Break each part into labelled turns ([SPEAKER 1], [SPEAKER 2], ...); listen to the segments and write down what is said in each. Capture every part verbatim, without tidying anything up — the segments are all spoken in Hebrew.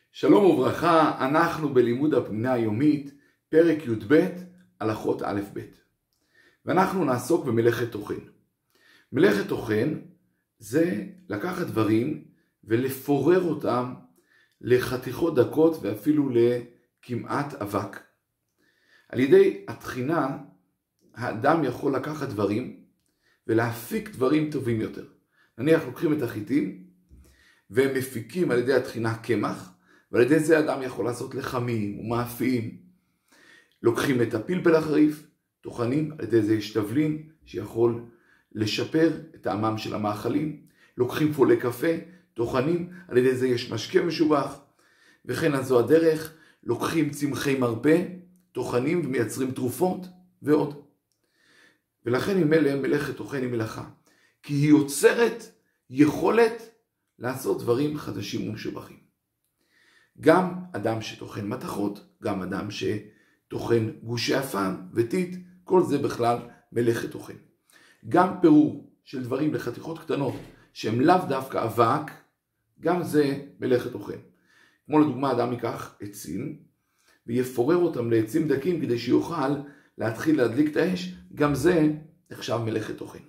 [SPEAKER 1] שלום וברכה, אנחנו בלימוד הפנינה היומית, פרק י"ב, הלכות א' ב'. ואנחנו נעסוק במלאכת טוחן. מלאכת טוחן זה לקחת דברים ולפורר אותם לחתיכות דקות ואפילו לכמעט אבק. על ידי התחינה, האדם יכול לקחת דברים ולהפיק דברים טובים יותר. נניח לוקחים את החיטים והם מפיקים על ידי התחינה קמח, ועל ידי זה אדם יכול לעשות לחמים ומאפים. לוקחים את הפלפל החריף, טוחנים, על ידי זה יש תבלין שיכול לשפר את טעמם של המאכלים. לוקחים פולי קפה, טוחנים, על ידי זה יש משקה משובח. וכן אז זו הדרך, לוקחים צמחי מרפא, טוחנים ומייצרים תרופות ועוד. ולכן ממילא מלאכת טוחן היא מלאכה, כי היא יוצרת יכולת לעשות דברים חדשים ומשובחים. גם אדם שטוחן מתכות, גם אדם שטוחן גושי אפן וטיט, כל זה בכלל מלאכת טוחן. גם פירור של דברים לחתיכות קטנות שהם לאו דווקא אבק, גם זה מלאכת טוחן. כמו לדוגמה, אדם ייקח עצים ויפורר אותם לעצים דקים כדי שיוכל להתחיל להדליק את האש, גם זה נחשב מלאכת טוחן.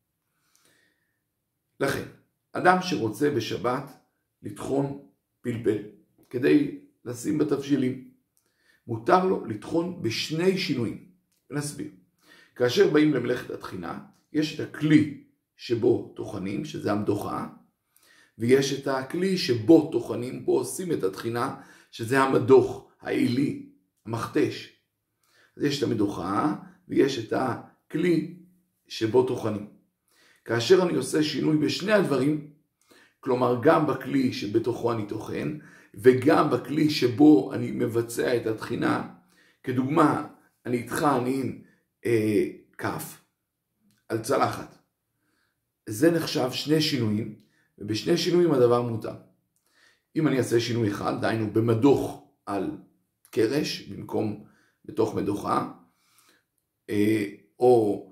[SPEAKER 1] לכן, אדם שרוצה בשבת לטחון פלפל כדי לשים בתבשילים, מותר לו לטחון בשני שינויים. ונסביר. כאשר באים למלאכת התחינה, יש את הכלי שבו טוחנים, שזה המדוחה, ויש את הכלי שבו טוחנים, בו עושים את התחינה, שזה המדוך, העילי, המכתש. אז יש את המדוחה, ויש את הכלי שבו טוחנים. כאשר אני עושה שינוי בשני הדברים, כלומר גם בכלי שבתוכו אני טוחן, וגם בכלי שבו אני מבצע את התחינה, כדוגמה, אני אטחן עם אה, כף על צלחת. זה נחשב שני שינויים, ובשני שינויים הדבר מותר. אם אני אעשה שינוי אחד, דהיינו במדוך על קרש, במקום בתוך מדוחה, אה, או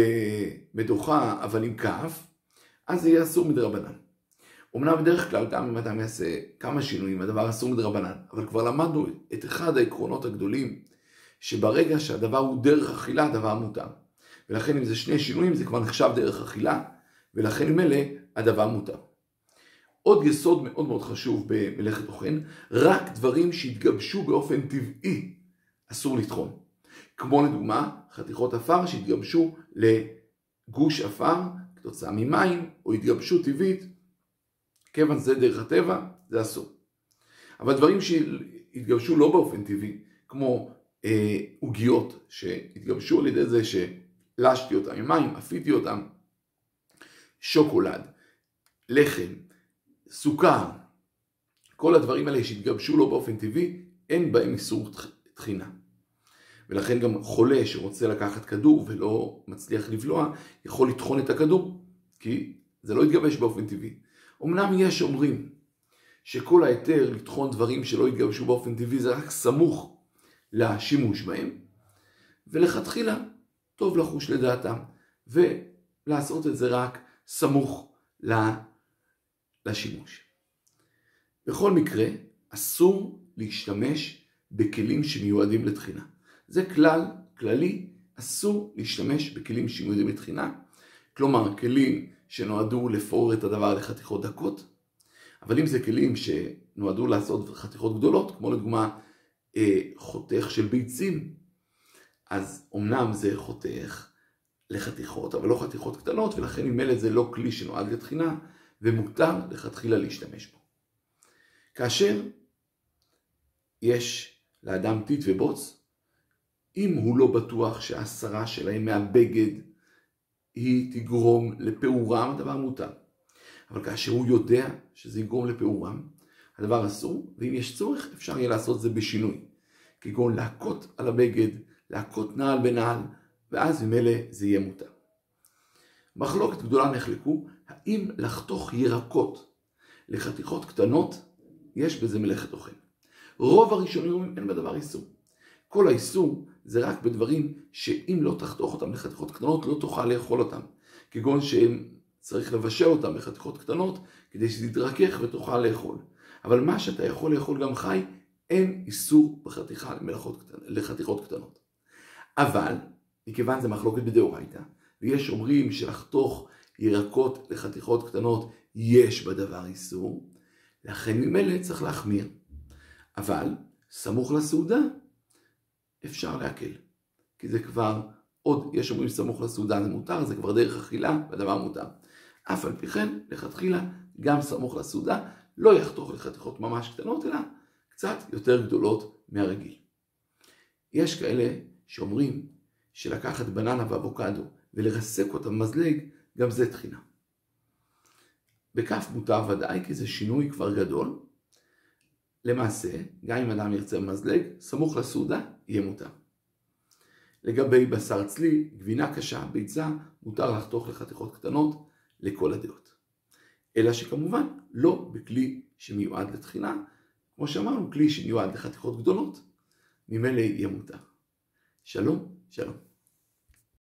[SPEAKER 1] במדוחה אבל עם כף, אז זה יהיה אסור מדרבנן. אמנם בדרך כלל גם אם אדם יעשה כמה שינויים, הדבר אסור מדרבנן, אבל כבר למדנו את אחד העקרונות הגדולים, שברגע שהדבר הוא דרך אכילה, הדבר מותר. ולכן אם זה שני שינויים, זה כבר נחשב דרך אכילה, ולכן ממילא הדבר מותר. עוד יסוד מאוד מאוד חשוב במלאכת טוחן, רק דברים שהתגבשו באופן טבעי אסור לטחון. כמו לדוגמה, חתיכות אפר שהתגבשו לגוש אפר כתוצאה ממים, או התגבשו טבעית, כיוון זה דרך הטבע, זה אסור. אבל דברים שהתגבשו לא באופן טבעי, כמו אה, עוגיות שהתגבשו על ידי זה שלשתי אותם עם מים, אפיתי אותם, שוקולד, לחם, סוכר, כל הדברים האלה שהתגבשו לא באופן טבעי, אין בהם איסור טחינה. ולכן גם חולה שרוצה לקחת כדור ולא מצליח לבלוע, יכול לטחון את הכדור, כי זה לא יתגבש באופן טבעי. אמנם יש אומרים שכל היתר לטחון דברים שלא יתגבשו באופן טבעי זה רק סמוך לשימוש בהם, ולכתחילה טוב לחוש לדעתם, ולעשות את זה רק סמוך לשימוש. בכל מקרה, אסור להשתמש בכלים שמיועדים לתחינה. זה כלל, כללי, אסור להשתמש בכלים שמיועדים לתחינה, כלומר כלים שנועדו לפורר את הדבר לחתיכות דקות, אבל אם זה כלים שנועדו לעשות חתיכות גדולות, כמו לדוגמה חותך של ביצים, אז אמנם זה חותך לחתיכות, אבל לא חתיכות קטנות, ולכן ממילא זה לא כלי שנועד לתחינה, ומותר לכתחילה להשתמש בו. כאשר יש לאדם טיט ובוץ, אם הוא לא בטוח שההסרה שלהם מהבגד היא תגרום לפעורם, הדבר מותר. אבל כאשר הוא יודע שזה יגרום לפעורם, הדבר אסור, ואם יש צורך אפשר יהיה לעשות זה בשינוי. כגון להכות על הבגד, להכות נעל בנעל, ואז ממילא זה יהיה מותר. מחלוקת גדולה נחלקו, האם לחתוך ירקות לחתיכות קטנות, יש בזה מלאכת טוחן. רוב הראשונים אומרים אין בדבר איסור. כל האיסור זה רק בדברים שאם לא תחתוך אותם לחתיכות קטנות, לא תוכל לאכול אותם. כגון שצריך לבשל אותם לחתיכות קטנות, כדי שזה יתרכך ותוכל לאכול. אבל מה שאתה יכול לאכול גם חי, אין איסור בחתיכה למלאכות קטנות, לחתיכות קטנות. אבל, מכיוון זה מחלוקת בדאורייתא, ויש אומרים שלחתוך ירקות לחתיכות קטנות יש בדבר איסור, לכן ממילא צריך להחמיר. אבל, סמוך לסעודה, אפשר להקל. כי זה כבר עוד, יש אומרים סמוך לסעודה זה מותר, זה כבר דרך אכילה, והדבר מותר. אף על פי כן, לכתחילה, גם סמוך לסעודה, לא יחתוך לחתיכות ממש קטנות, אלא קצת יותר גדולות מהרגיל. יש כאלה שאומרים שלקחת בננה ואבוקדו ולרסק אותם במזלג, גם זה תחינה. בכף מותר ודאי, כי זה שינוי כבר גדול. למעשה, גם אם אדם ירצה במזלג, סמוך לסעודה יהיה מותר. לגבי בשר צלי, גבינה קשה, ביצה, מותר לחתוך לחתיכות קטנות לכל הדעות. אלא שכמובן לא בכלי שמיועד לתחינה, כמו שאמרנו, כלי שמיועד לחתיכות גדולות, ממילא יהיה מותר. שלום, שלום.